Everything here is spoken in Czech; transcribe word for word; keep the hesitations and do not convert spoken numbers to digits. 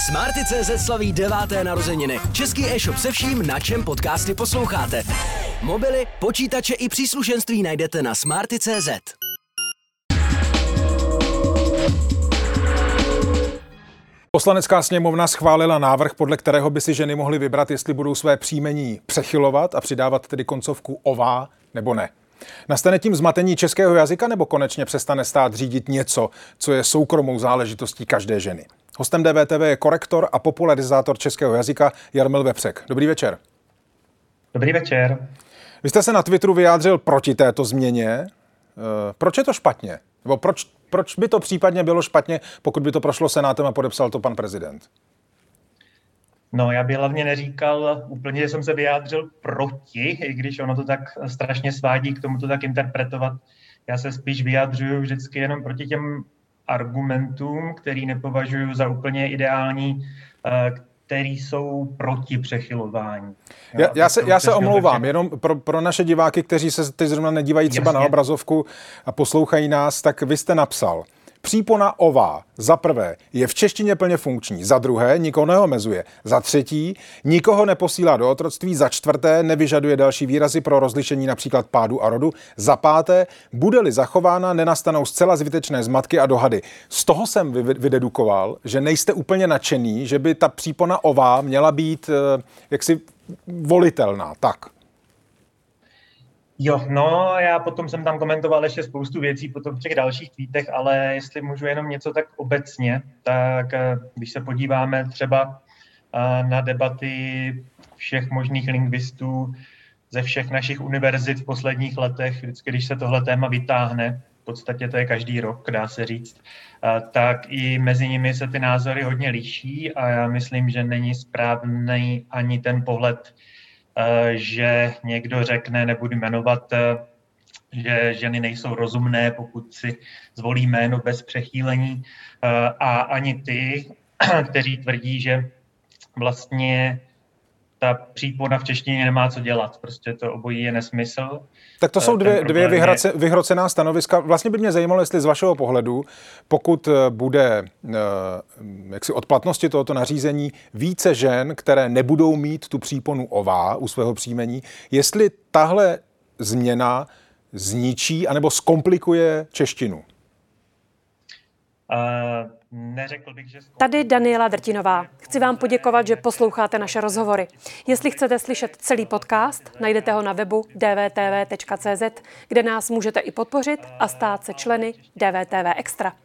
Smarty tečka cé zet slaví deváté narozeniny. Český e-shop se vším, na čem podcasty posloucháte. Mobily, počítače i příslušenství najdete na Smarty tečka cé zet. Poslanecká sněmovna schválila návrh, podle kterého by si ženy mohly vybrat, jestli budou své příjmení přechylovat a přidávat tedy koncovku ová nebo ne. Nastane tím zmatení českého jazyka, nebo konečně přestane stát řídit něco, co je soukromou záležitostí každé ženy? Hostem D V T V je korektor a popularizátor českého jazyka Jarmil Vepřek. Dobrý večer. Dobrý večer. Vy jste se na Twitteru vyjádřil proti této změně. Proč je to špatně? Nebo proč, proč by to případně bylo špatně, pokud by to prošlo Senátem a podepsal to pan prezident? No, já bych hlavně neříkal úplně, že jsem se vyjádřil proti, i když ono to tak strašně svádí k tomu to tak interpretovat. Já se spíš vyjadřuju vždycky jenom proti těm argumentům, který nepovažuji za úplně ideální, který jsou proti přechylování. Já, já se, já se omlouvám, jenom pro, pro naše diváky, kteří se teď zrovna nedívají třeba Jasně. na obrazovku a poslouchají nás, tak vy jste napsal: přípona ová za prvé je v češtině plně funkční, za druhé nikoho neomezuje, za třetí nikoho neposílá do otroctví, za čtvrté nevyžaduje další výrazy pro rozlišení například pádu a rodu, za páté bude-li zachována, nenastanou zcela zbytečné zmatky a dohady. Z toho jsem vydedukoval, že nejste úplně nadšený, že by ta přípona ová měla být jaksi volitelná, tak. Jo, no já potom jsem tam komentoval ještě spoustu věcí potom v těch dalších tweetech, ale jestli můžu jenom něco tak obecně, tak když se podíváme třeba na debaty všech možných lingvistů ze všech našich univerzit v posledních letech, vždycky, když se tohle téma vytáhne, v podstatě to je každý rok, dá se říct, tak i mezi nimi se ty názory hodně liší a já myslím, že není správný ani ten pohled, že někdo řekne, nebudu jmenovat, že ženy nejsou rozumné, pokud si zvolí jméno bez přechýlení, a ani ty, kteří tvrdí, že vlastně ta přípona v češtině nemá co dělat. Prostě to obojí je nesmysl. Tak to jsou dvě, dvě vyhroce, je... vyhrocená stanoviska. Vlastně by mě zajímalo, jestli z vašeho pohledu, pokud bude jaksi od platnosti tohoto nařízení více žen, které nebudou mít tu příponu ová u svého příjmení, jestli tahle změna zničí anebo zkomplikuje češtinu? Uh... Neřekl bych, že... Tady Daniela Drtinová. Chci vám poděkovat, že posloucháte naše rozhovory. Jestli chcete slyšet celý podcast, najdete ho na webu d v t v tečka cé zet, kde nás můžete i podpořit a stát se členy D V T V Extra.